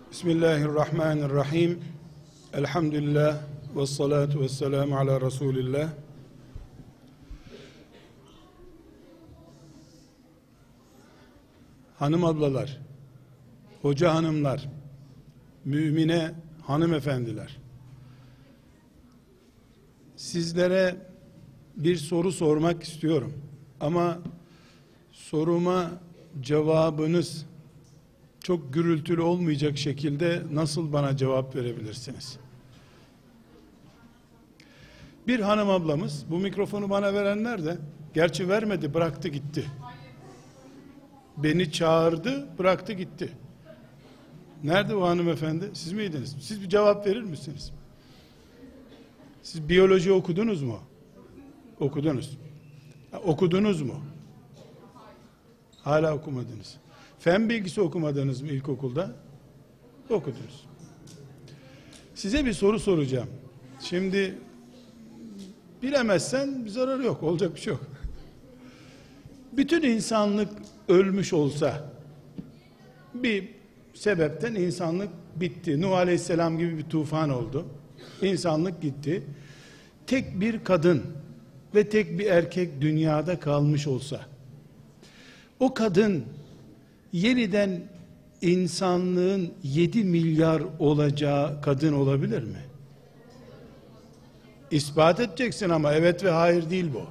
Bismillahirrahmanirrahim. Elhamdülillah ve salatu ve selamu ala Resulillah. Hanım ablalar, hoca hanımlar, mümine hanımefendiler, sizlere bir soru sormak istiyorum. Ama soruma cevabınız çok gürültülü olmayacak şekilde nasıl bana cevap verebilirsiniz? Bir hanım ablamız, bu mikrofonu bana verenler de, gerçi vermedi, bıraktı gitti. Beni çağırdı, bıraktı gitti. Nerede o hanımefendi? Siz miydiniz? Siz bir cevap verir misiniz? Siz biyoloji okudunuz mu? Okudunuz. Okudunuz mu? Hala okumadınız. Fen bilgisi okumadınız mı ilkokulda? Okudunuz. Size bir soru soracağım. Şimdi bilemezsen bir zararı yok. Olacak bir şey yok. Bütün insanlık ölmüş olsa, bir sebepten insanlık bitti. Nuh Aleyhisselam gibi bir tufan oldu. İnsanlık gitti. Tek bir kadın ve tek bir erkek dünyada kalmış olsa, o kadın yeniden insanlığın 7 milyar olacağı kadın olabilir mi? İspat edeceksin ama evet ve hayır değil bu.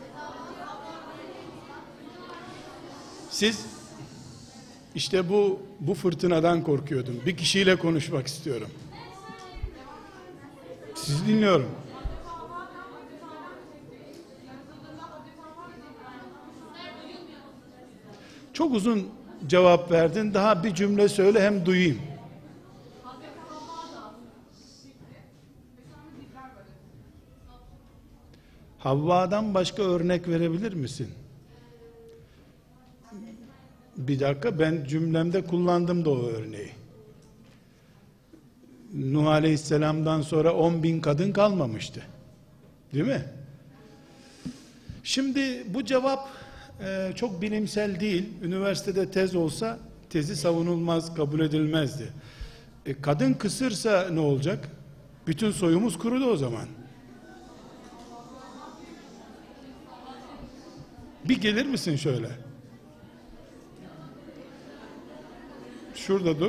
Siz işte bu fırtınadan korkuyordum. Bir kişiyle konuşmak istiyorum. Sizi dinliyorum. Çok uzun cevap verdin. Daha bir cümle söyle hem duyayım. Havva'dan başka örnek verebilir misin? Bir dakika, ben cümlemde kullandım da o örneği. Nuh Aleyhisselam'dan sonra 10.000 kadın kalmamıştı. Değil mi? Şimdi bu cevap çok bilimsel değil. Üniversitede tez olsa tezi savunulmaz, kabul edilmezdi. Kadın kısırsa ne olacak? Bütün soyumuz kurudu o zaman. Bir gelir misin şöyle? Şurada dur.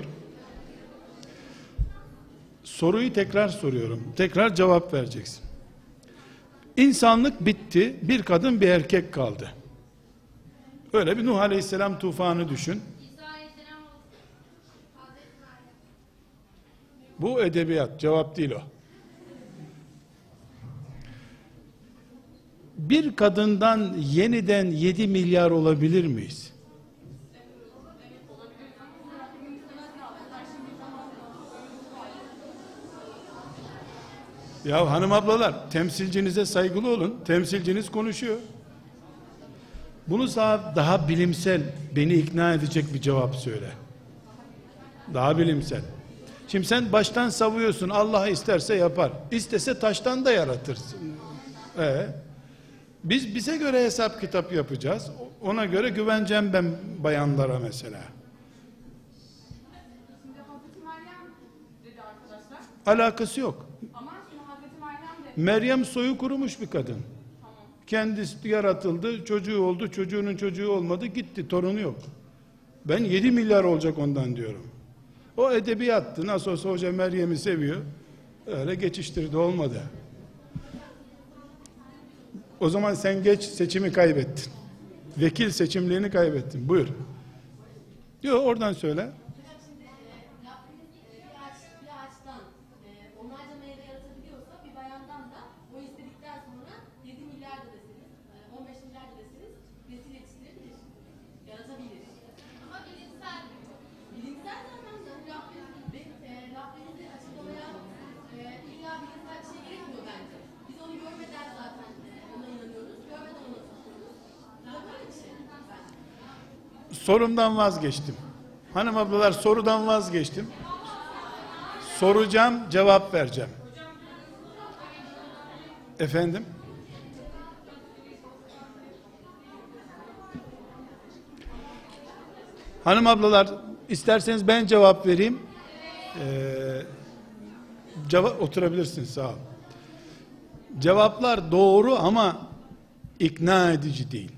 Soruyu tekrar soruyorum. Tekrar cevap vereceksin. İnsanlık bitti. Bir kadın bir erkek kaldı. Öyle bir Nuh Aleyhisselam tufanı düşün. Bu edebiyat, cevap değil o. Bir kadından yeniden 7 milyar olabilir miyiz? Ya hanım ablalar, temsilcinize saygılı olun. Temsilciniz konuşuyor. Bunu daha bilimsel, beni ikna edecek bir cevap söyle. Daha bilimsel. Şimdi sen baştan savuyorsun, Allah isterse yapar. İstese taştan da yaratır. Biz bize göre hesap kitap yapacağız. Ona göre güveneceğim ben bayanlara mesela. Şimdi Hazreti Meryem dedi arkadaşlar. Alakası yok. Ama şimdi Hazreti Meryem de... Meryem soyu kurumuş bir kadın. Tamam. Kendisi yaratıldı, çocuğu oldu, çocuğunun çocuğu olmadı, gitti, torunu yok. Ben 7 milyar olacak ondan diyorum. O edebiyattı. Nasıl olsa hoca Meryem'i seviyor. Öyle geçiştirdi, olmadı. O zaman sen geç, seçimi kaybettin. Vekil seçimliğini kaybettin. Buyur. Yok, oradan söyle. Bir ağaçtan onlarca meyve yaratabiliyorsa bir bayandan da o istedikten sonra 7 milyar da deseniz, 15 milyar da deseniz nesil yetiştirebilir, yaratabilir. Ama bilimsel zaten Rabbimizi açıklamaya illa bilimsel bir şey gerekmiyor bence. Biz onu görmeden zaten ona inanıyoruz, görmeden ona tutuyoruz. Bu da böyle bir şey bence. Sorumdan vazgeçtim. Hanım ablalar, sorudan vazgeçtim. Soracağım, cevap vereceğim. Efendim? Hanım ablalar, isterseniz ben cevap vereyim. Oturabilirsin, sağ ol. Cevaplar doğru ama ikna edici değil.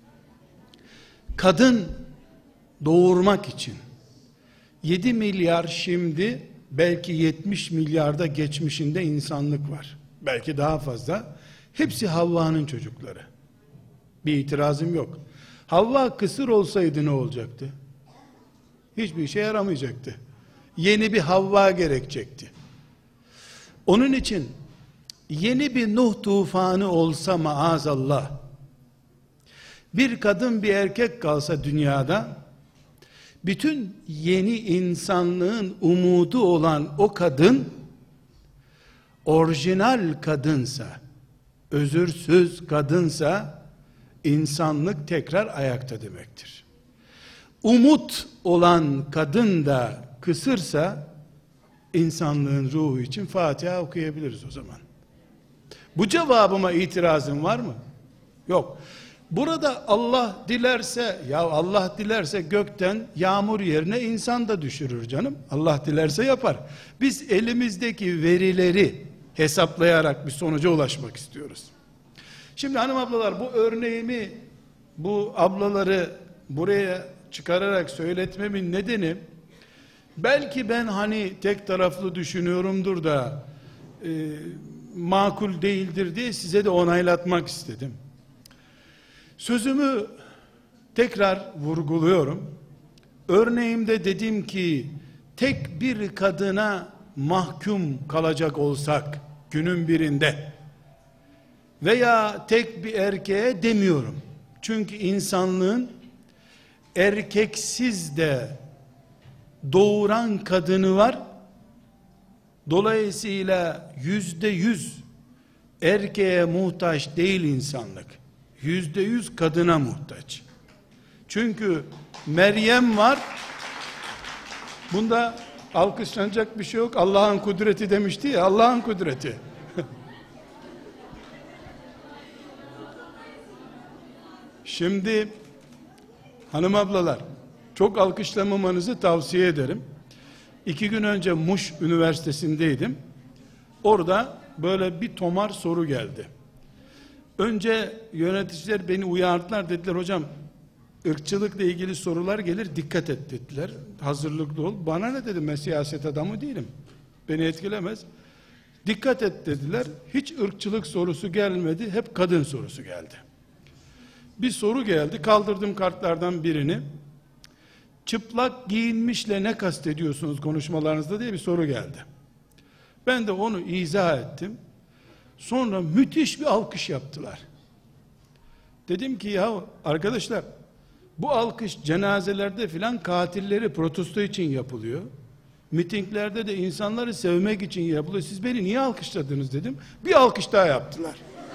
Kadın doğurmak için 7 milyar, şimdi belki 70 milyarda geçmişinde insanlık var. Belki daha fazla. Hepsi Havva'nın çocukları. Bir itirazım yok. Havva kısır olsaydı ne olacaktı? Hiçbir işe yaramayacaktı. Yeni bir Havva gerekecekti. Onun için yeni bir Nuh tufanı olsa maazallah, bir kadın bir erkek kalsa dünyada, bütün yeni insanlığın umudu olan o kadın, orijinal kadınsa, özürsüz kadınsa, insanlık tekrar ayakta demektir. Umut olan kadın da kısırsa, insanlığın ruhu için Fatiha okuyabiliriz o zaman. Bu cevabıma itirazın var mı? Yok. Burada Allah dilerse, ya Allah dilerse gökten yağmur yerine insan da düşürür canım. Allah dilerse yapar. Biz elimizdeki verileri hesaplayarak bir sonuca ulaşmak istiyoruz. Şimdi hanım ablalar, bu örneğimi, bu ablaları buraya çıkararak söyletmemin nedeni, belki ben hani tek taraflı düşünüyorumdur da makul değildir diye size de onaylatmak istedim. Sözümü tekrar vurguluyorum. Örneğimde dedim ki, tek bir kadına mahkum kalacak olsak günün birinde veya tek bir erkeğe demiyorum. Çünkü insanlığın erkeksiz de doğuran kadını var. Dolayısıyla %100 erkeğe muhtaç değil insanlık. %100 kadına muhtaç. Çünkü Meryem var. Bunda alkışlanacak bir şey yok. Allah'ın kudreti demişti ya, Allah'ın kudreti. Şimdi hanım ablalar, çok alkışlamamanızı tavsiye ederim. 2 gün önce Muş Üniversitesi'ndeydim. Orada böyle bir tomar soru geldi. Önce yöneticiler beni uyardılar, dediler hocam ırkçılıkla ilgili sorular gelir, dikkat et dediler. Hazırlıklı ol. Bana ne dedim, ben siyaset adamı değilim. Beni etkilemez. Dikkat et dediler. Hiç ırkçılık sorusu gelmedi, hep kadın sorusu geldi. Bir soru geldi, kaldırdım kartlardan birini. Çıplak giyinmişle ne kastediyorsunuz konuşmalarınızda diye bir soru geldi. Ben de onu izah ettim. Sonra müthiş bir alkış yaptılar. Dedim ki ya arkadaşlar, bu alkış cenazelerde filan katilleri protesto için yapılıyor. Mitinglerde de insanları sevmek için yapılıyor. Siz beni niye alkışladınız dedim. Bir alkış daha yaptılar.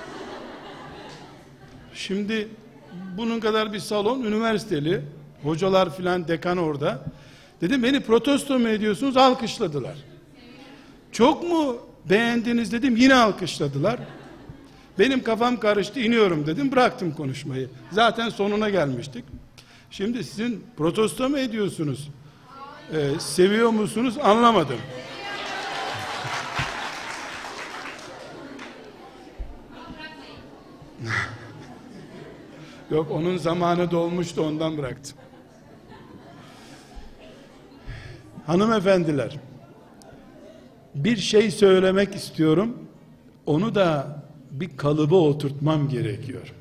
Şimdi bunun kadar bir salon, üniversiteli hocalar filan, dekan orada. Dedim beni protesto mu ediyorsunuz? Alkışladılar. Çok mu beğendiniz dedim, yine alkışladılar. Benim kafam karıştı, iniyorum dedim, bıraktım konuşmayı. Zaten sonuna gelmiştik. Şimdi sizin protesto mu ediyorsunuz? Seviyor musunuz? Anlamadım. Yok, onun zamanı dolmuştu, ondan bıraktım. Hanımefendiler, bir şey söylemek istiyorum. Onu da bir kalıba oturtmam gerekiyor.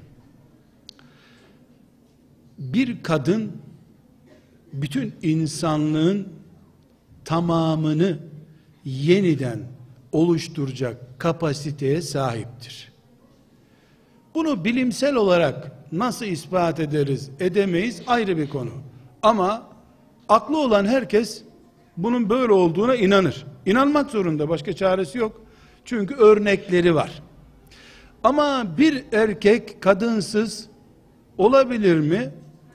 Bir kadın bütün insanlığın tamamını yeniden oluşturacak kapasiteye sahiptir. Bunu bilimsel olarak nasıl ispat ederiz, edemeyiz ayrı bir konu. Ama aklı olan herkes bunun böyle olduğuna inanır. İnanmak zorunda, başka çaresi yok. Çünkü örnekleri var. Ama bir erkek kadınsız olabilir mi?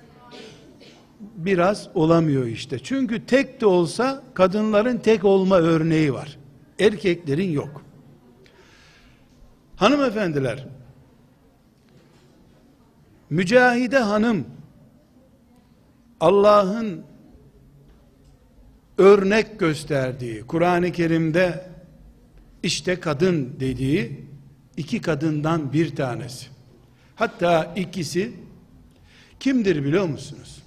Biraz olamıyor işte. Çünkü tek de olsa kadınların tek olma örneği var. Erkeklerin yok. Hanımefendiler, Mücahide hanım Allah'ın örnek gösterdiği, Kur'an-ı Kerim'de işte kadın dediği iki kadından bir tanesi. Hatta ikisi kimdir biliyor musunuz?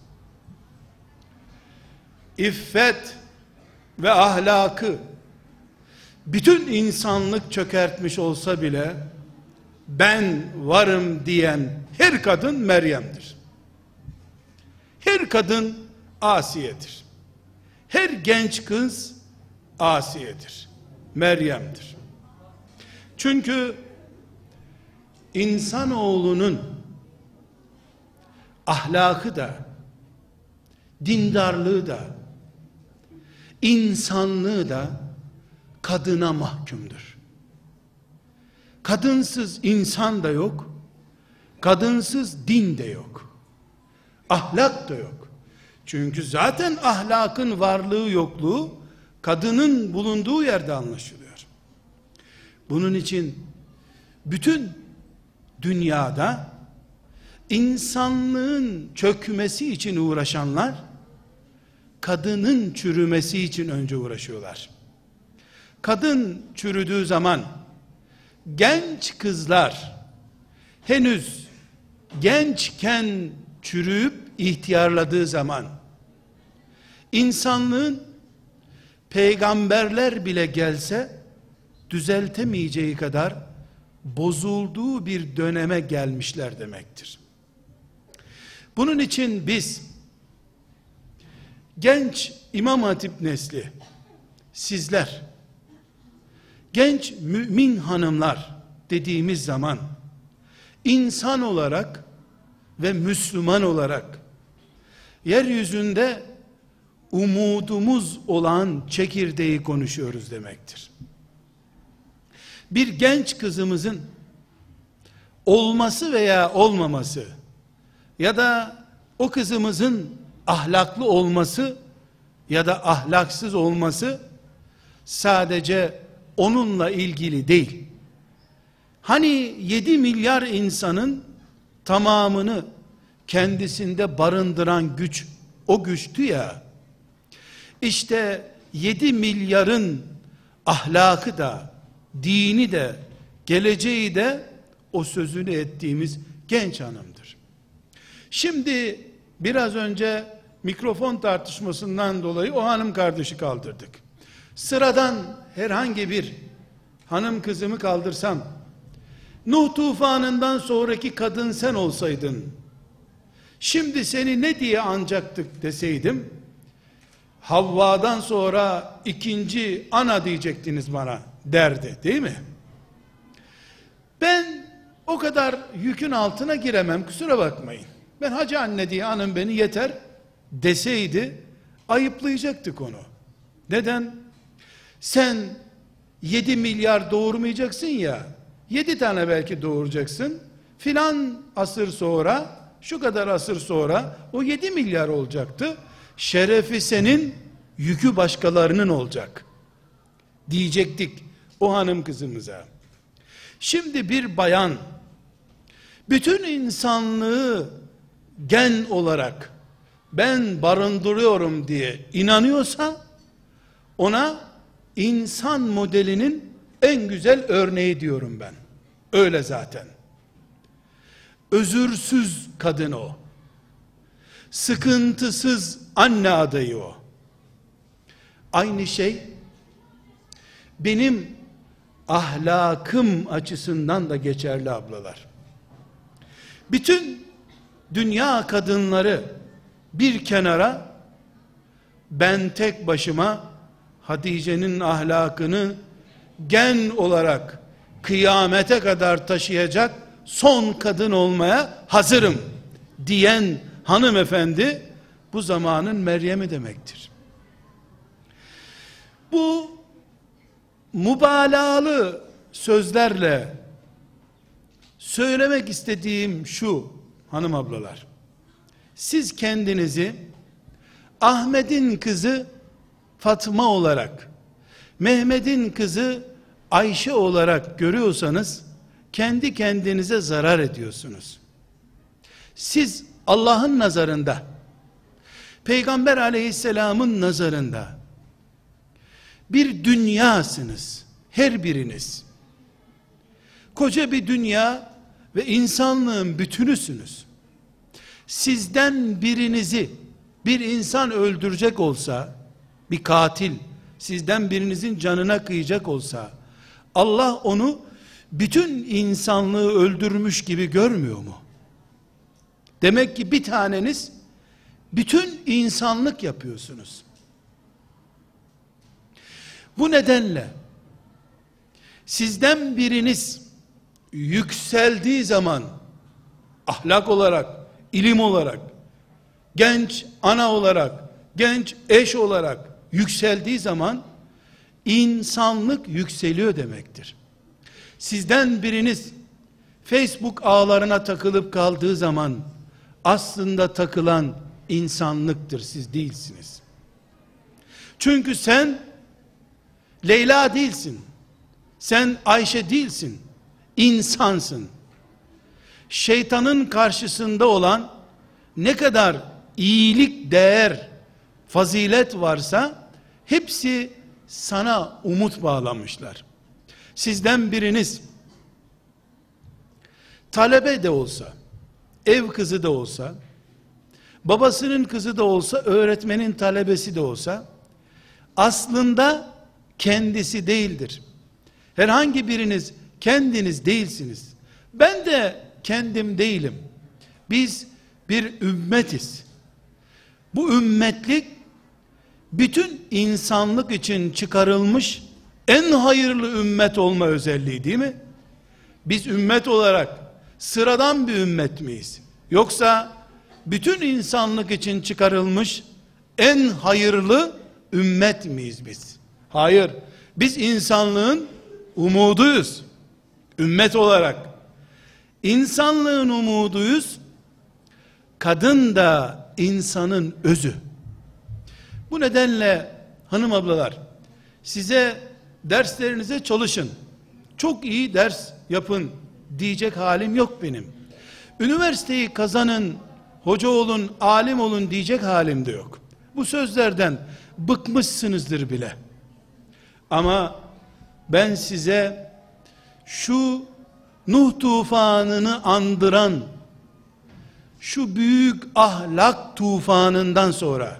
İffet ve ahlakı bütün insanlık çökertmiş olsa bile ben varım diyen her kadın Meryem'dir. Her kadın Asiye'dir. Her genç kız Asiye'dir. Meryem'dir. Çünkü insanoğlunun ahlakı da, dindarlığı da, insanlığı da kadına mahkumdur. Kadınsız insan da yok, kadınsız din de yok, ahlak da yok. Çünkü zaten ahlakın varlığı yokluğu kadının bulunduğu yerde anlaşılıyor. Bunun için bütün dünyada insanlığın çökmesi için uğraşanlar kadının çürümesi için önce uğraşıyorlar. Kadın çürüdüğü zaman genç kızlar henüz gençken çürüyüp ihtiyarladığı zaman insanlığın peygamberler bile gelse düzeltemeyeceği kadar bozulduğu bir döneme gelmişler demektir. Bunun için biz genç İmam Hatip nesli, sizler genç mümin hanımlar dediğimiz zaman insan olarak ve Müslüman olarak yeryüzünde umudumuz olan çekirdeği konuşuyoruz demektir. Bir genç kızımızın olması veya olmaması ya da o kızımızın ahlaklı olması ya da ahlaksız olması sadece onunla ilgili değil. Hani 7 milyar insanın tamamını kendisinde barındıran güç o güçtü ya. İşte 7 milyarın ahlakı da, dini de, geleceği de o sözünü ettiğimiz genç hanımdır. Şimdi biraz önce mikrofon tartışmasından dolayı o hanım kardeşi kaldırdık. Sıradan herhangi bir hanım kızımı kaldırsam, Nuh tufanından sonraki kadın sen olsaydın, şimdi seni ne diye anacaktık deseydim, Havva'dan sonra ikinci ana diyecektiniz bana derdi, değil mi? Ben o kadar yükün altına giremem, kusura bakmayın. Ben hacı anne diye anım beni yeter deseydi ayıplayacaktık onu. Neden? Sen 7 milyar doğurmayacaksın ya, 7 tane belki doğuracaksın. Filan asır sonra, şu kadar asır sonra o 7 milyar olacaktı. Şerefi senin, yükü başkalarının olacak diyecektik o hanım kızımıza. Şimdi bir bayan bütün insanlığı gen olarak ben barındırıyorum diye inanıyorsa, ona insan modelinin en güzel örneği diyorum ben. Öyle zaten. Özürsüz kadın o. Sıkıntısız anne adayı o. Aynı şey benim ahlakım açısından da geçerli ablalar. Bütün dünya kadınları bir kenara, ben tek başıma Hatice'nin ahlakını gen olarak kıyamete kadar taşıyacak son kadın olmaya hazırım diyen hanımefendi bu zamanın Meryem'i demektir. Bu mübalağalı sözlerle söylemek istediğim şu hanım ablalar. Siz kendinizi Ahmet'in kızı Fatma olarak, Mehmet'in kızı Ayşe olarak görüyorsanız kendi kendinize zarar ediyorsunuz. Siz Allah'ın nazarında, Peygamber aleyhisselamın nazarında bir dünyasınız. Her biriniz. Koca bir dünya ve insanlığın bütünüsünüz. Sizden birinizi bir insan öldürecek olsa, bir katil sizden birinizin canına kıyacak olsa, Allah onu bütün insanlığı öldürmüş gibi görmüyor mu? Demek ki bir taneniz bütün insanlık yapıyorsunuz. Bu nedenle sizden biriniz yükseldiği zaman, ahlak olarak, ilim olarak, genç ana olarak, genç eş olarak yükseldiği zaman insanlık yükseliyor demektir. Sizden biriniz Facebook ağlarına takılıp kaldığı zaman aslında takılan insanlıktır, siz değilsiniz. Çünkü sen Leyla değilsin. Sen Ayşe değilsin. İnsansın. Şeytanın karşısında olan ne kadar iyilik, değer, fazilet varsa hepsi sana umut bağlamışlar. Sizden biriniz talebe de olsa, ev kızı da olsa, babasının kızı da olsa, öğretmenin talebesi de olsa, aslında kendisi değildir. Herhangi biriniz kendiniz değilsiniz. Ben de kendim değilim. Biz bir ümmetiz. Bu ümmetlik bütün insanlık için çıkarılmış en hayırlı ümmet olma özelliği, değil mi? Biz ümmet olarak sıradan bir ümmet miyiz? Yoksa bütün insanlık için çıkarılmış en hayırlı ümmet miyiz biz? Hayır. Biz insanlığın umuduyuz. Ümmet olarak. İnsanlığın umuduyuz. Kadın da insanın özü. Bu nedenle hanım ablalar, size derslerinize çalışın, çok iyi ders yapın diyecek halim yok benim. Üniversiteyi kazanın, hoca olun, alim olun diyecek halim de yok. Bu sözlerden bıkmışsınızdır bile. Ama ben size şu Nuh tufanını andıran şu büyük ahlak tufanından sonra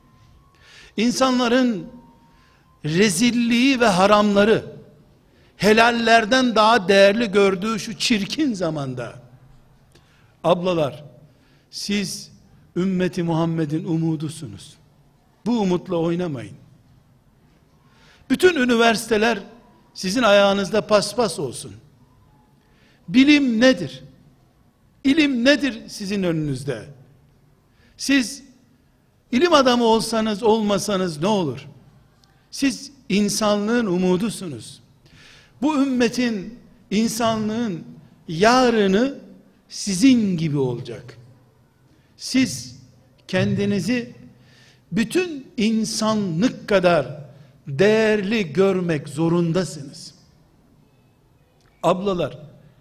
insanların rezilliği ve haramları helallerden daha değerli gördüğü şu çirkin zamanda, ablalar, siz ümmeti Muhammed'in umudusunuz. Bu umutla oynamayın. Bütün üniversiteler sizin ayağınızda paspas olsun. Bilim nedir? İlim nedir sizin önünüzde? Siz ilim adamı olsanız olmasanız ne olur? Siz insanlığın umudusunuz. Bu ümmetin, insanlığın yarını sizin gibi olacak. Siz kendinizi bütün insanlık kadar değerli görmek zorundasınız. Ablalar,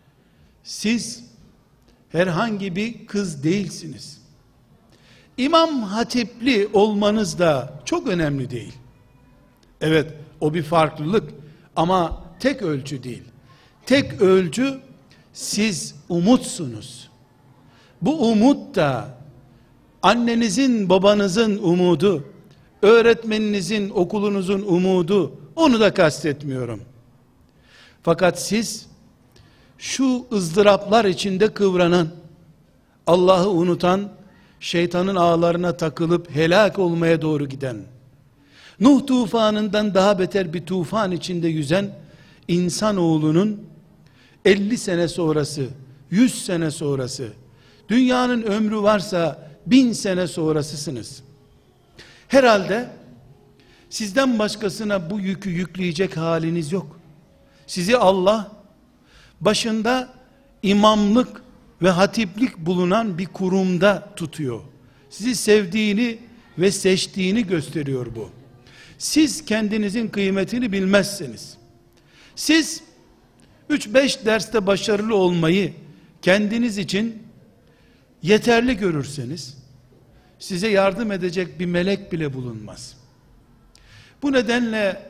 siz herhangi bir kız değilsiniz. İmam Hatipli olmanız da çok önemli değil. Evet, o bir farklılık ama tek ölçü değil. Tek ölçü siz umutsunuz. Bu umut da annenizin, babanızın umudu, öğretmeninizin, okulunuzun umudu, onu da kastetmiyorum. Fakat siz şu ızdıraplar içinde kıvranan, Allah'ı unutan, şeytanın ağlarına takılıp helak olmaya doğru giden, Nuh tufanından daha beter bir tufan içinde yüzen insanoğlunun 50 sene sonrası, 100 sene sonrası, dünyanın ömrü varsa 1000 sene sonrasısınız. Herhalde sizden başkasına bu yükü yükleyecek haliniz yok. Sizi Allah başında imamlık ve hatiplik bulunan bir kurumda tutuyor. Sizi sevdiğini ve seçtiğini gösteriyor bu. Siz kendinizin kıymetini bilmezseniz, siz 3-5 derste başarılı olmayı kendiniz için yeterli görürseniz, size yardım edecek bir melek bile bulunmaz. Bu nedenle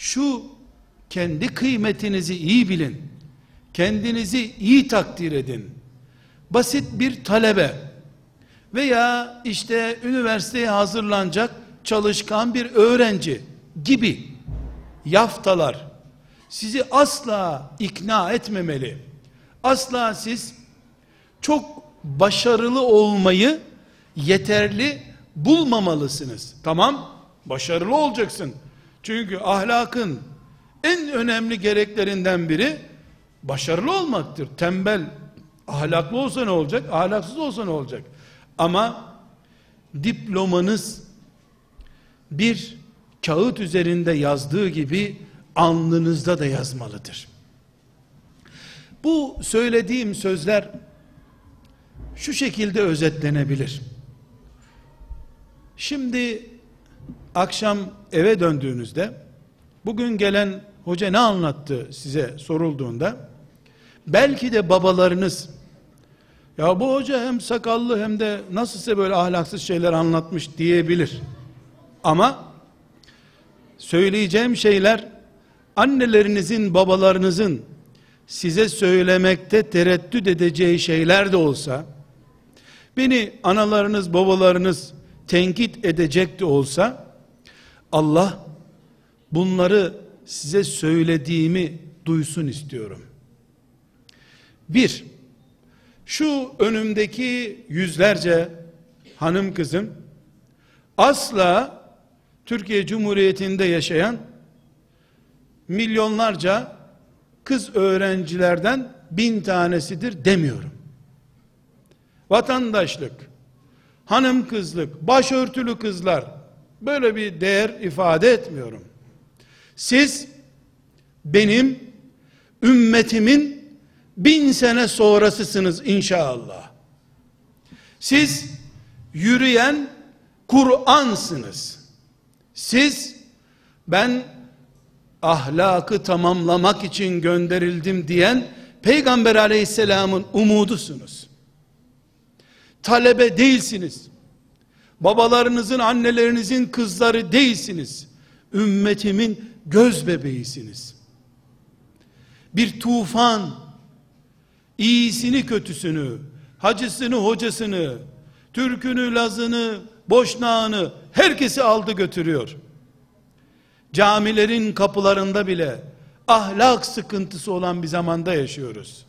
şu kendi kıymetinizi iyi bilin. Kendinizi iyi takdir edin. Basit bir talebe veya işte üniversiteye hazırlanacak çalışkan bir öğrenci gibi yaftalar sizi asla ikna etmemeli. Asla siz çok başarılı olmayı yeterli bulmamalısınız. Tamam, başarılı olacaksın. Çünkü ahlakın en önemli gereklerinden biri başarılı olmaktır. Tembel, ahlaklı olsa ne olacak? Ahlaksız olsa ne olacak? Ama diplomanız bir kağıt üzerinde yazdığı gibi alnınızda da yazmalıdır. Bu söylediğim sözler şu şekilde özetlenebilir. Şimdi akşam eve döndüğünüzde bugün gelen hoca ne anlattı size sorulduğunda belki de babalarınız ya bu hoca hem sakallı hem de nasılsa böyle ahlaksız şeyler anlatmış diyebilir. Ama söyleyeceğim şeyler annelerinizin, babalarınızın size söylemekte tereddüt edeceği şeyler de olsa, beni analarınız, babalarınız tenkit edecek de olsa, Allah bunları size söylediğimi duysun istiyorum. Bir, şu önümdeki yüzlerce hanım kızım, asla Türkiye Cumhuriyeti'nde yaşayan milyonlarca kız öğrencilerden 1000 tanesidir demiyorum. Vatandaşlık, hanım kızlık, başörtülü kızlar, böyle bir değer ifade etmiyorum. Siz benim ümmetimin 1000 sene sonrasısınız inşallah. Siz yürüyen Kur'ansınız. Siz ben ahlakı tamamlamak için gönderildim diyen Peygamber aleyhisselamın umudusunuz. Talebe değilsiniz. Babalarınızın, annelerinizin kızları değilsiniz. Ümmetimin göz bebeğisiniz. Bir tufan iyisini kötüsünü, hacısını hocasını, Türkünü, Lazını, Boşnağını herkesi aldı götürüyor. Camilerin kapılarında bile ahlak sıkıntısı olan bir zamanda yaşıyoruz.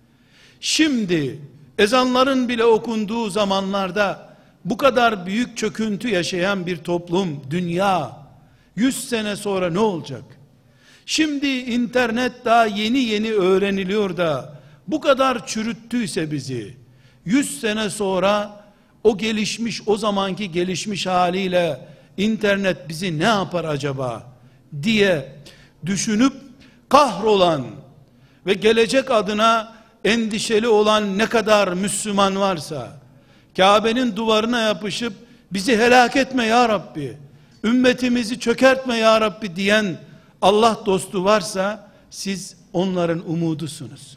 Şimdi ezanların bile okunduğu zamanlarda bu kadar büyük çöküntü yaşayan bir toplum, dünya 100 sene sonra ne olacak? Şimdi internet daha yeni yeni öğreniliyor da bu kadar çürüttüyse bizi 100 sene sonra o gelişmiş, o zamanki gelişmiş haliyle internet bizi ne yapar acaba diye düşünüp kahrolan ve gelecek adına endişeli olan ne kadar Müslüman varsa, Kabe'nin duvarına yapışıp bizi helak etme ya Rabbi, ümmetimizi çökertme ya Rabbi diyen Allah dostu varsa siz onların umudusunuz.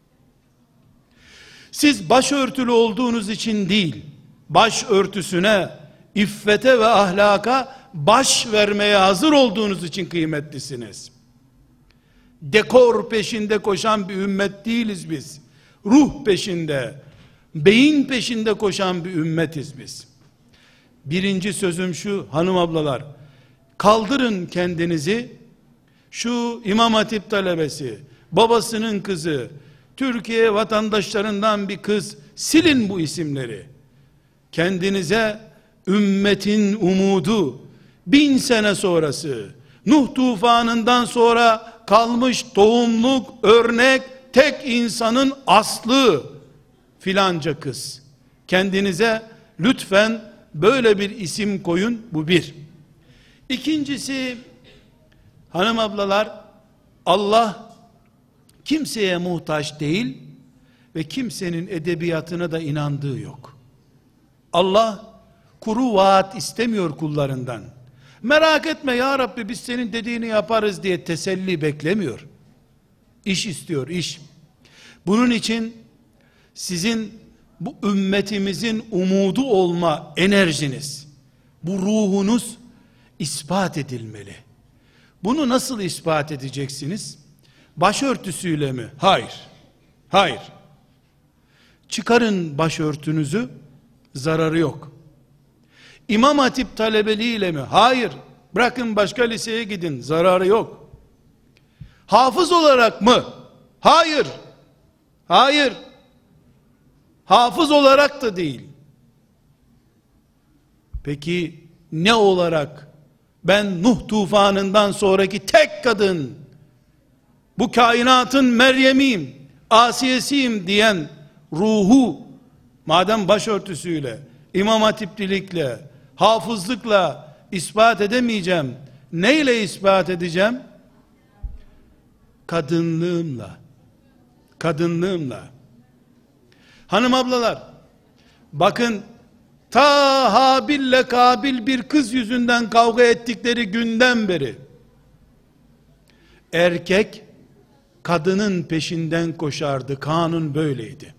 Siz başörtülü olduğunuz için değil, başörtüsüne, iffete ve ahlaka baş vermeye hazır olduğunuz için kıymetlisiniz. Dekor peşinde koşan bir ümmet değiliz biz. Ruh peşinde, beyin peşinde koşan bir ümmetiz biz. Birinci sözüm şu, hanım ablalar, kaldırın kendinizi, şu İmam Hatip talebesi, babasının kızı, Türkiye vatandaşlarından bir kız, silin bu isimleri. Kendinize ümmetin umudu, 1000 sene sonrası, Nuh tufanından sonra kalmış tohumluk, örnek, tek insanın aslı filanca kız. Kendinize lütfen böyle bir isim koyun, bu bir. İkincisi, hanım ablalar, Allah kimseye muhtaç değil ve kimsenin edebiyatına da inandığı yok. Allah kuru vaat istemiyor kullarından. Merak etme ya Rabbi biz senin dediğini yaparız diye teselli beklemiyor. İş istiyor, iş. Bunun için sizin bu ümmetimizin umudu olma enerjiniz, bu ruhunuz ispat edilmeli. Bunu nasıl ispat edeceksiniz? Başörtüsüyle mi? Hayır. Hayır. Çıkarın başörtünüzü, zararı yok. İmam Hatip talebeliğiyle mi? Hayır. Bırakın başka liseye gidin, zararı yok. Hafız olarak mı? Hayır. Hayır. Hafız olarak da değil. Peki ne olarak? Ben Nuh tufanından sonraki tek kadın, bu kainatın Meryem'iyim, Asiye'siyim diyen ruhu, madem başörtüsüyle, İmam Hatiplilikle, hafızlıkla ispat edemeyeceğim, neyle ispat edeceğim? Kadınlığımla. Kadınlığımla. Hanım ablalar, bakın, ta Habil'le Kabil bir kız yüzünden kavga ettikleri günden beri, erkek kadının peşinden koşardı. Kanun böyleydi.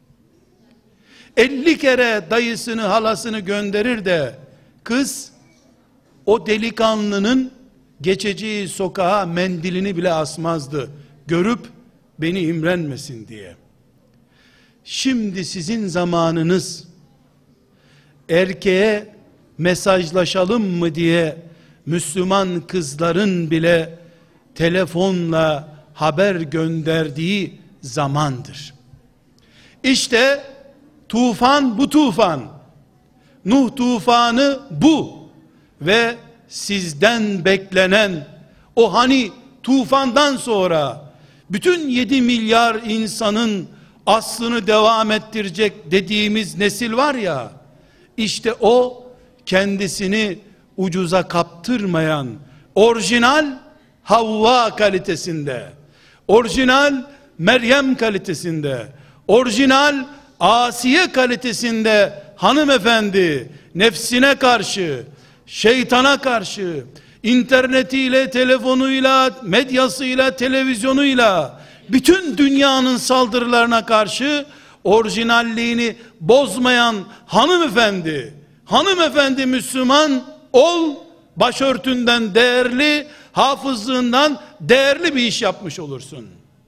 50 kere dayısını halasını gönderir de kız o delikanlının geçeceği sokağa mendilini bile asmazdı. Görüp beni imrenmesin diye. Şimdi sizin zamanınız, erkeğe mesajlaşalım mı diye Müslüman kızların bile telefonla haber gönderdiği zamandır. İşte tufan bu tufan. Nuh tufanı bu. Ve sizden beklenen o hani tufandan sonra bütün 7 milyar insanın aslını devam ettirecek dediğimiz nesil var ya, işte o kendisini ucuza kaptırmayan orijinal Havva kalitesinde, orijinal Meryem kalitesinde, orijinal Asiye kalitesinde hanımefendi, nefsine karşı, şeytana karşı, internetiyle, telefonuyla, medyasıyla, televizyonuyla, bütün dünyanın saldırılarına karşı orijinalliğini bozmayan hanımefendi Müslüman ol, başörtünden değerli, hafızlığından değerli bir iş yapmış olursun.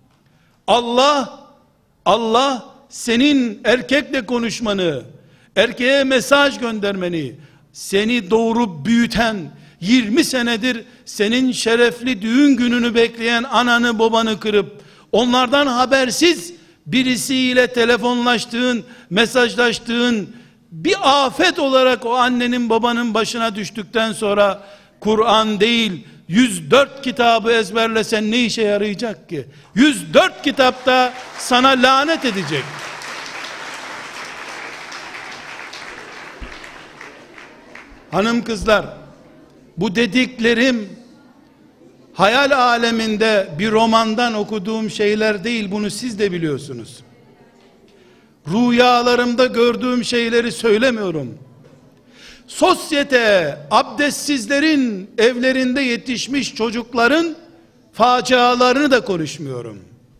Allah senin erkekle konuşmanı, erkeğe mesaj göndermeni, seni doğurup büyüten, 20 senedir senin şerefli düğün gününü bekleyen ananı babanı kırıp, onlardan habersiz birisiyle telefonlaştığın, mesajlaştığın bir afet olarak o annenin babanın başına düştükten sonra, Kur'an değil 104 kitabı ezberlesen ne işe yarayacak ki? 104 kitapta sana lanet edecek. Hanım kızlar, bu dediklerim hayal aleminde bir romandan okuduğum şeyler değil, bunu siz de biliyorsunuz. Rüyalarımda gördüğüm şeyleri söylemiyorum. Sosyete, abdestsizlerin evlerinde yetişmiş çocukların facialarını da konuşmuyorum.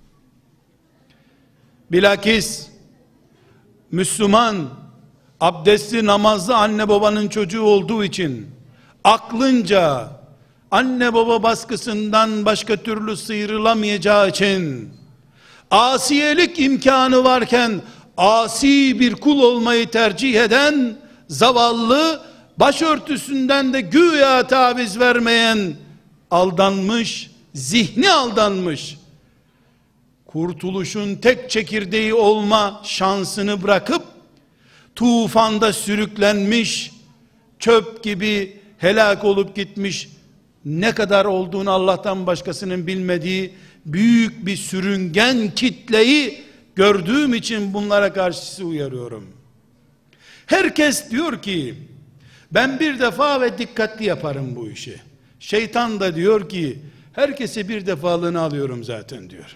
Bilakis Müslüman, abdestli, namazlı anne babanın çocuğu olduğu için aklınca anne baba baskısından başka türlü sıyrılamayacağı için, asiyelik imkanı varken asi bir kul olmayı tercih eden zavallı, başörtüsünden de güya taviz vermeyen, aldanmış, zihni aldanmış, kurtuluşun tek çekirdeği olma şansını bırakıp tufanda sürüklenmiş, çöp gibi helak olup gitmiş, ne kadar olduğunu Allah'tan başkasının bilmediği büyük bir sürüngen kitleyi gördüğüm için bunlara karşı uyarıyorum. Herkes diyor ki ben bir defa ve dikkatli yaparım bu işi. Şeytan da diyor ki herkese bir defalığını alıyorum zaten diyor.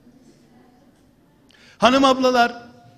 Hanım ablalar,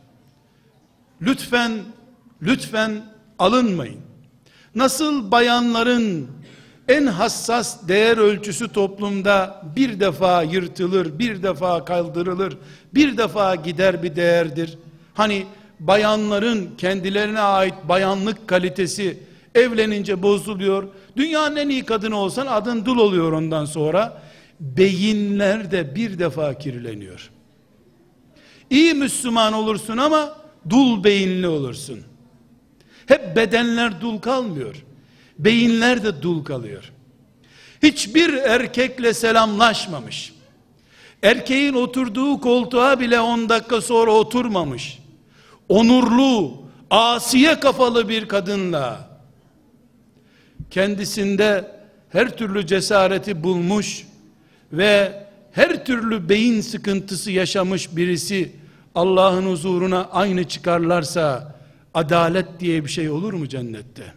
lütfen alınmayın. Nasıl bayanların en hassas değer ölçüsü toplumda bir defa yırtılır, bir defa kaldırılır, bir defa gider bir değerdir. Hani bayanların kendilerine ait bayanlık kalitesi evlenince bozuluyor, Dünyanın en iyi kadını olsan adın dul oluyor ondan sonra. Beyinler de bir defa kirleniyor. İyi Müslüman olursun ama dul beyinli olursun. Hep bedenler dul kalmıyor. Beyinler de dul kalıyor. Hiçbir erkekle selamlaşmamış. Erkeğin oturduğu koltuğa bile 10 dakika sonra oturmamış. Onurlu, asiye kafalı bir kadınla kendisinde her türlü cesareti bulmuş ve her türlü beyin sıkıntısı yaşamış birisi Allah'ın huzuruna aynı çıkarlarsa adalet diye bir şey olur mu cennette?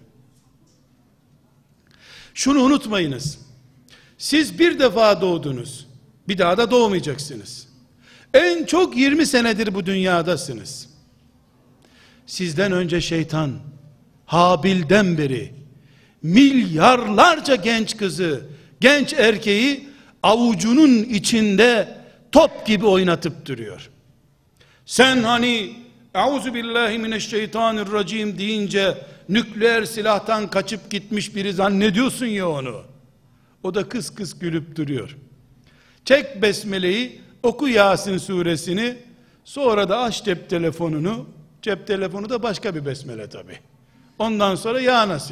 Şunu unutmayınız. Siz bir defa doğdunuz. Bir daha da doğmayacaksınız. En çok 20 senedir bu dünyadasınız. Sizden önce şeytan Habil'den beri milyarlarca genç kızı, genç erkeği avucunun içinde top gibi oynatıp duruyor. Sen hani Euzubillahimineşşeytanirracim deyince nükleer silahtan kaçıp gitmiş biri zannediyorsun ya onu. O da kıs kıs gülüp duruyor. Çek besmeleyi, oku Yasin suresini, sonra da aç cep telefonunu. Cep telefonu da başka bir besmele tabi. Ondan sonra ya nasip.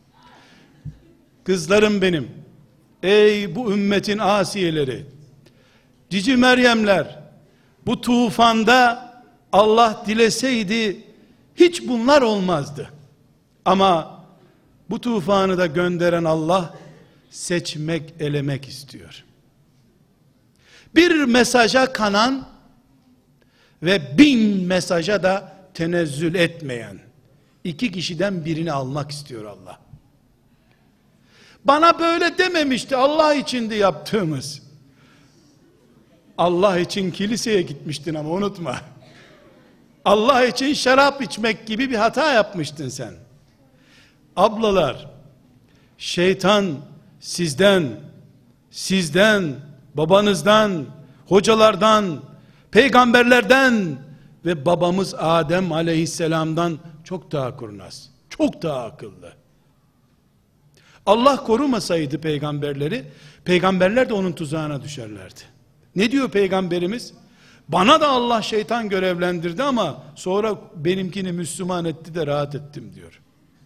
Kızlarım benim, ey bu ümmetin asiyeleri, cici Meryemler, bu tufanda Allah dileseydi hiç bunlar olmazdı. Ama bu tufanı da gönderen Allah seçmek, elemek istiyor. Bir mesaja kanan ve 1000 mesaja da tenezzül etmeyen 2 kişiden birini almak istiyor Allah. Bana böyle dememişti, Allah içindi yaptığımız. Allah için kiliseye gitmiştin ama unutma. Allah için şarap içmek gibi bir hata yapmıştın sen. Ablalar, şeytan sizden, babanızdan, hocalardan, peygamberlerden ve babamız Adem aleyhisselamdan çok daha kurnaz, çok daha akıllı. Allah korumasaydı peygamberleri, peygamberler de onun tuzağına düşerlerdi. Ne diyor peygamberimiz? Bana da Allah şeytan görevlendirdi ama sonra benimkini Müslüman etti de rahat ettim diyor.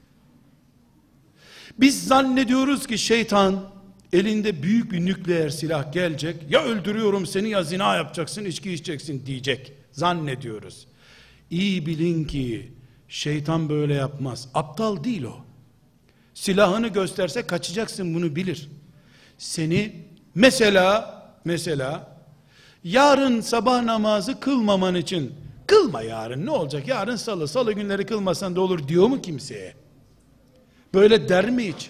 Biz zannediyoruz ki şeytan elinde büyük bir nükleer silah gelecek, ya öldürüyorum seni ya zina yapacaksın, içki içeceksin diyecek zannediyoruz. İyi bilin ki şeytan böyle yapmaz. Aptal değil o. Silahını gösterse kaçacaksın, bunu bilir. Seni mesela yarın sabah namazı kılmaman için, kılma yarın ne olacak, yarın salı günleri kılmasan da olur diyor mu kimseye? Böyle der mi hiç?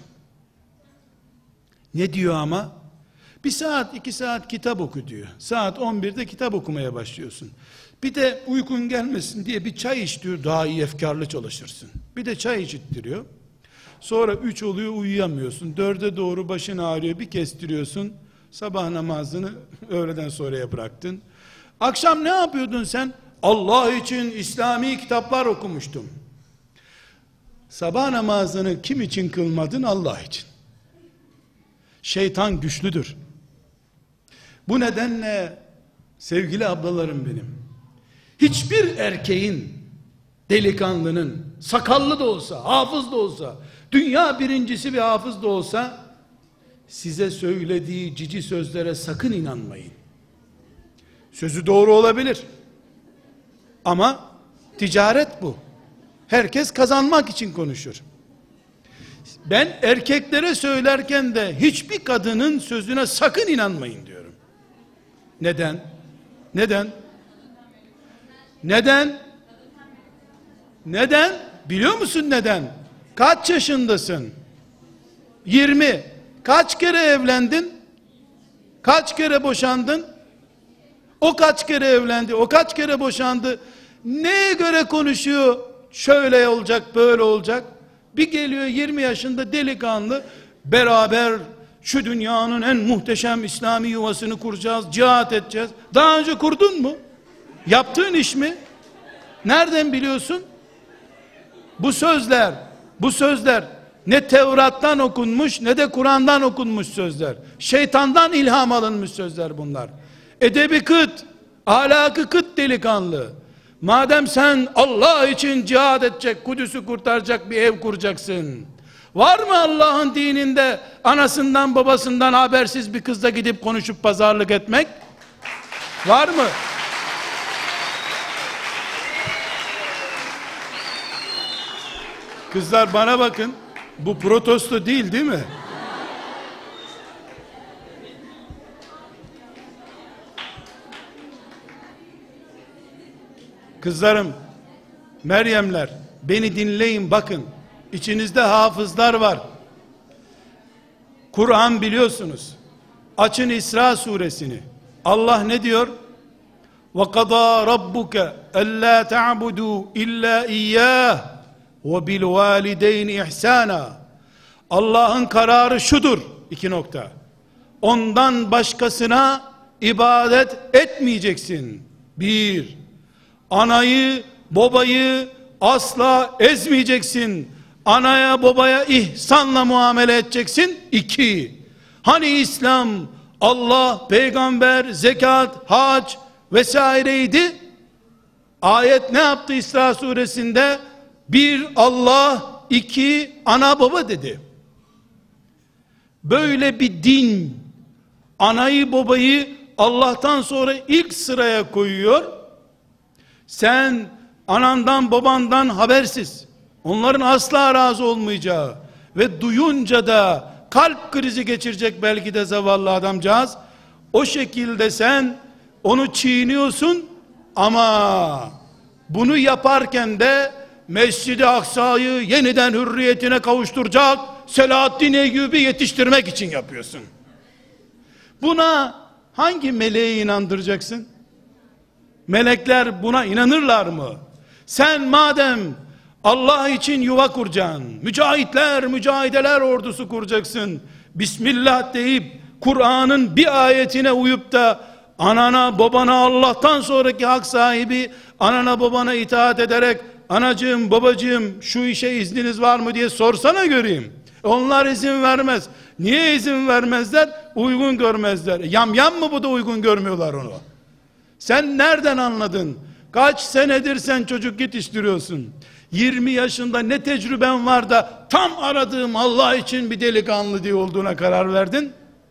Ne diyor ama? 1 saat 2 saat kitap oku diyor. Saat 11'de kitap okumaya başlıyorsun. Bir de uykun gelmesin diye bir çay iç diyor, daha iyi efkarlı çalışırsın. Bir de çay içittiriyor. Sonra 3 oluyor, uyuyamıyorsun. 4'e doğru başın ağrıyor, bir kestiriyorsun. Sabah namazını öğleden sonraya bıraktın. Akşam ne yapıyordun sen? Allah için İslami kitaplar okumuştum. Sabah namazını kim için kılmadın? Allah için. Şeytan güçlüdür. Bu nedenle sevgili ablalarım benim, hiçbir erkeğin, delikanlının, sakallı da olsa, hafız da olsa, dünya birincisi bir hafız da olsa, size söylediği cici sözlere sakın inanmayın. Sözü doğru olabilir. Ama ticaret bu. Herkes kazanmak için konuşur. Ben erkeklere söylerken de hiçbir kadının sözüne sakın inanmayın diyorum. Neden? Neden? Biliyor musun neden? Kaç yaşındasın? 20. Kaç kere evlendin? Kaç kere boşandın? O kaç kere evlendi? O kaç kere boşandı? Neye göre konuşuyor? Şöyle olacak, böyle olacak. Bir geliyor 20 yaşında delikanlı, beraber şu dünyanın en muhteşem İslami yuvasını kuracağız, cihat edeceğiz. Daha önce kurdun mu? Yaptığın iş mi? Nereden biliyorsun? Bu sözler Ne Tevrat'tan okunmuş ne de Kur'an'dan okunmuş sözler. Şeytandan ilham alınmış sözler bunlar. Edebi kıt, ahlakı kıt delikanlı. Madem sen Allah için cihad edecek, Kudüs'ü kurtaracak bir ev kuracaksın. Var mı Allah'ın dininde anasından babasından habersiz bir kızla gidip konuşup pazarlık etmek? Var mı? Kızlar bana bakın. Bu protesto değil mi? Kızlarım, Meryemler, beni dinleyin bakın. İçinizde hafızlar var. Kur'an biliyorsunuz. Açın İsra suresini. Allah ne diyor? وَقَضَى رَبُّكَ أَلَّا تَعْبُدُوا إِلَّا إِيَّاهُ وَبِالْوَالِدَيْنِ إِحْسَانًا. Allah'ın kararı şudur. 2 nokta. Ondan başkasına ibadet etmeyeceksin. 1. Anayı, babayı asla ezmeyeceksin. Anaya, babaya ihsanla muamele edeceksin. 2. Hani İslam, Allah, peygamber, zekat, hac vesaireydi. Ayet ne yaptı İsra suresinde? 1 Allah, 2 ana baba dedi. Böyle bir din anayı babayı Allah'tan sonra ilk sıraya koyuyor. Sen anandan babandan habersiz, onların asla razı olmayacağı ve duyunca da kalp krizi geçirecek belki de zavallı adamcağız, o şekilde sen onu çiğniyorsun ama bunu yaparken de Mescid-i Aksa'yı yeniden hürriyetine kavuşturacak Selahaddin Eyyubi yetiştirmek için yapıyorsun. Buna hangi meleği inandıracaksın? Melekler buna inanırlar mı? Sen madem Allah için yuva kuracaksın, mücahideler ordusu kuracaksın, Bismillah deyip Kur'an'ın bir ayetine uyup da anana babana Allah'tan sonraki hak sahibi anana babana itaat ederek anacığım babacığım şu işe izniniz var mı diye sorsana göreyim. Onlar izin vermez. Niye izin vermezler? Uygun görmezler. Yamyam mı bu da uygun görmüyorlar onu? Sen nereden anladın? Kaç senedir sen çocuk yetiştiriyorsun? 20 yaşında ne tecrüben var da tam aradığım Allah için bir delikanlı diye olduğuna karar verdin?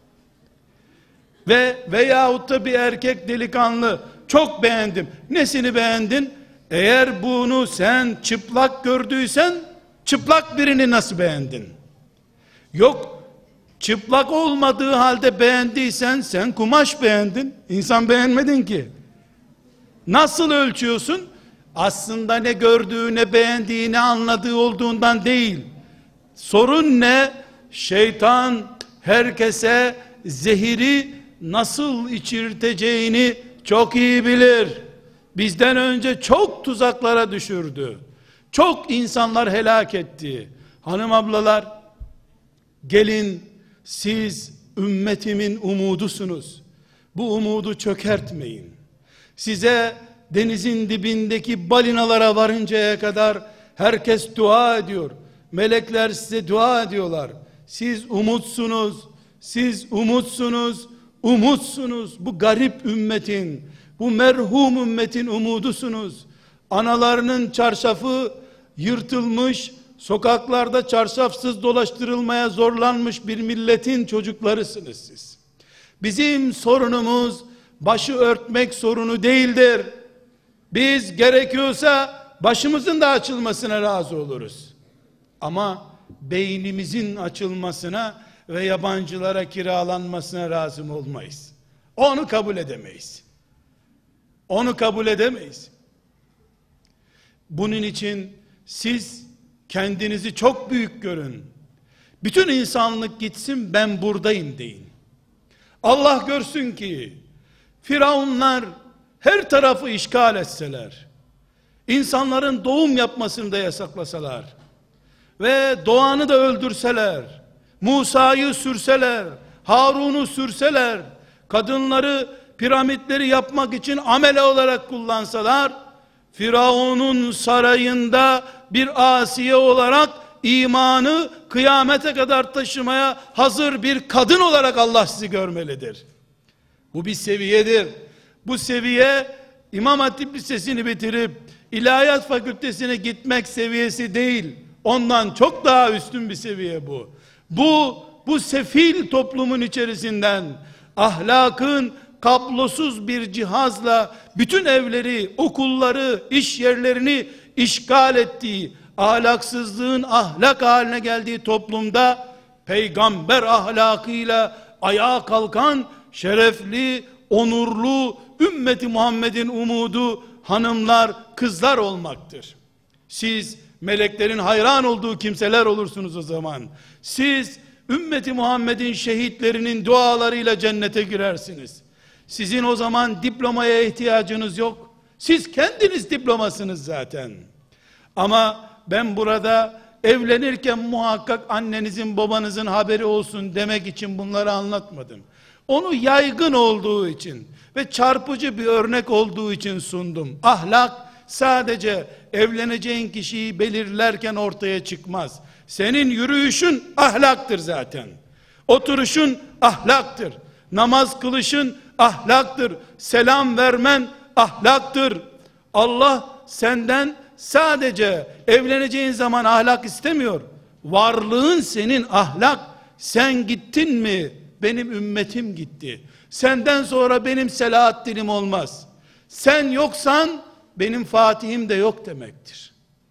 Veyahut da bir erkek delikanlı çok beğendim. Nesini beğendin? Eğer bunu sen çıplak gördüysen çıplak birini nasıl beğendin? Yok, çıplak olmadığı halde beğendiysen sen kumaş beğendin. İnsan beğenmedin ki. Nasıl ölçüyorsun? Aslında ne gördüğü, ne beğendiği, ne anladığı olduğundan değil. Sorun ne? Şeytan herkese zehiri nasıl içirteceğini çok iyi bilir. Bizden önce çok tuzaklara düşürdü. Çok insanlar helak etti. Hanım ablalar, gelin siz ümmetimin umudusunuz. Bu umudu çökertmeyin. Size denizin dibindeki balinalara varıncaya kadar herkes dua ediyor. Melekler size dua ediyorlar. Siz umutsunuz. Siz umutsunuz. Umutsunuz. Bu garip ümmetin, bu merhum ümmetin umudusunuz. Analarının çarşafı yırtılmış, sokaklarda çarşafsız dolaştırılmaya zorlanmış bir milletin çocuklarısınız siz. Bizim sorunumuz başı örtmek sorunu değildir. Biz gerekiyorsa başımızın da açılmasına razı oluruz. Ama beynimizin açılmasına ve yabancılara kiralanmasına razı olmayız. Onu kabul edemeyiz. Onu kabul edemeyiz. Bunun için siz kendinizi çok büyük görün. Bütün insanlık gitsin, ben buradayım deyin. Allah görsün ki Firavunlar her tarafı işgal etseler, insanların doğum yapmasını da yasaklasalar ve doğanı da öldürseler, Musa'yı sürseler, Harun'u sürseler, kadınları piramitleri yapmak için amele olarak kullansalar, Firavun'un sarayında bir asiye olarak imanı kıyamete kadar taşımaya hazır bir kadın olarak Allah sizi görmelidir. Bu bir seviyedir. Bu seviye İmam Hatip Lisesi'ni bitirip İlahiyat Fakültesine gitmek seviyesi değil. Ondan çok daha üstün bir seviye bu. Bu sefil toplumun içerisinden ahlakın kablosuz bir cihazla bütün evleri, okulları, iş yerlerini işgal ettiği, ahlaksızlığın ahlak haline geldiği toplumda peygamber ahlakıyla ayağa kalkan şerefli, onurlu ümmeti Muhammed'in umudu hanımlar, kızlar olmaktır. Siz meleklerin hayran olduğu kimseler olursunuz o zaman. Siz ümmeti Muhammed'in şehitlerinin dualarıyla cennete girersiniz. Sizin o zaman diplomaya ihtiyacınız yok. Siz kendiniz diplomasınız zaten. Ama ben burada evlenirken muhakkak annenizin babanızın haberi olsun demek için bunları anlatmadım. Onu yaygın olduğu için ve çarpıcı bir örnek olduğu için sundum. Ahlak sadece evleneceğin kişiyi belirlerken ortaya çıkmaz. Senin yürüyüşün ahlaktır zaten. Oturuşun ahlaktır. Namaz kılışın ahlaktır. Selam vermen ahlaktır. Allah senden sadece evleneceğin zaman ahlak istemiyor. Varlığın senin ahlak. Sen gittin mi? Benim ümmetim gitti. Senden sonra benim Selahaddin'im olmaz. Sen yoksan benim Fatih'im de yok demektir.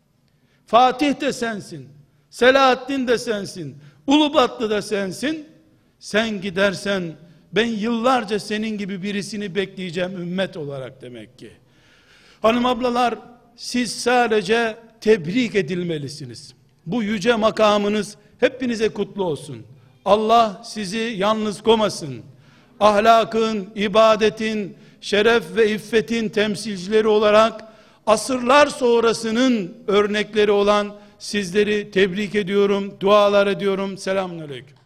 Fatih de sensin. Selahaddin de sensin. Ulubatlı da sensin. Sen gidersen ben yıllarca senin gibi birisini bekleyeceğim ümmet olarak demek ki. Hanım ablalar, siz sadece tebrik edilmelisiniz. Bu yüce makamınız hepinize kutlu olsun. Allah sizi yalnız koymasın. Ahlakın, ibadetin, şeref ve iffetin temsilcileri olarak asırlar sonrasının örnekleri olan sizleri tebrik ediyorum, dualar ediyorum. Selamünaleyküm.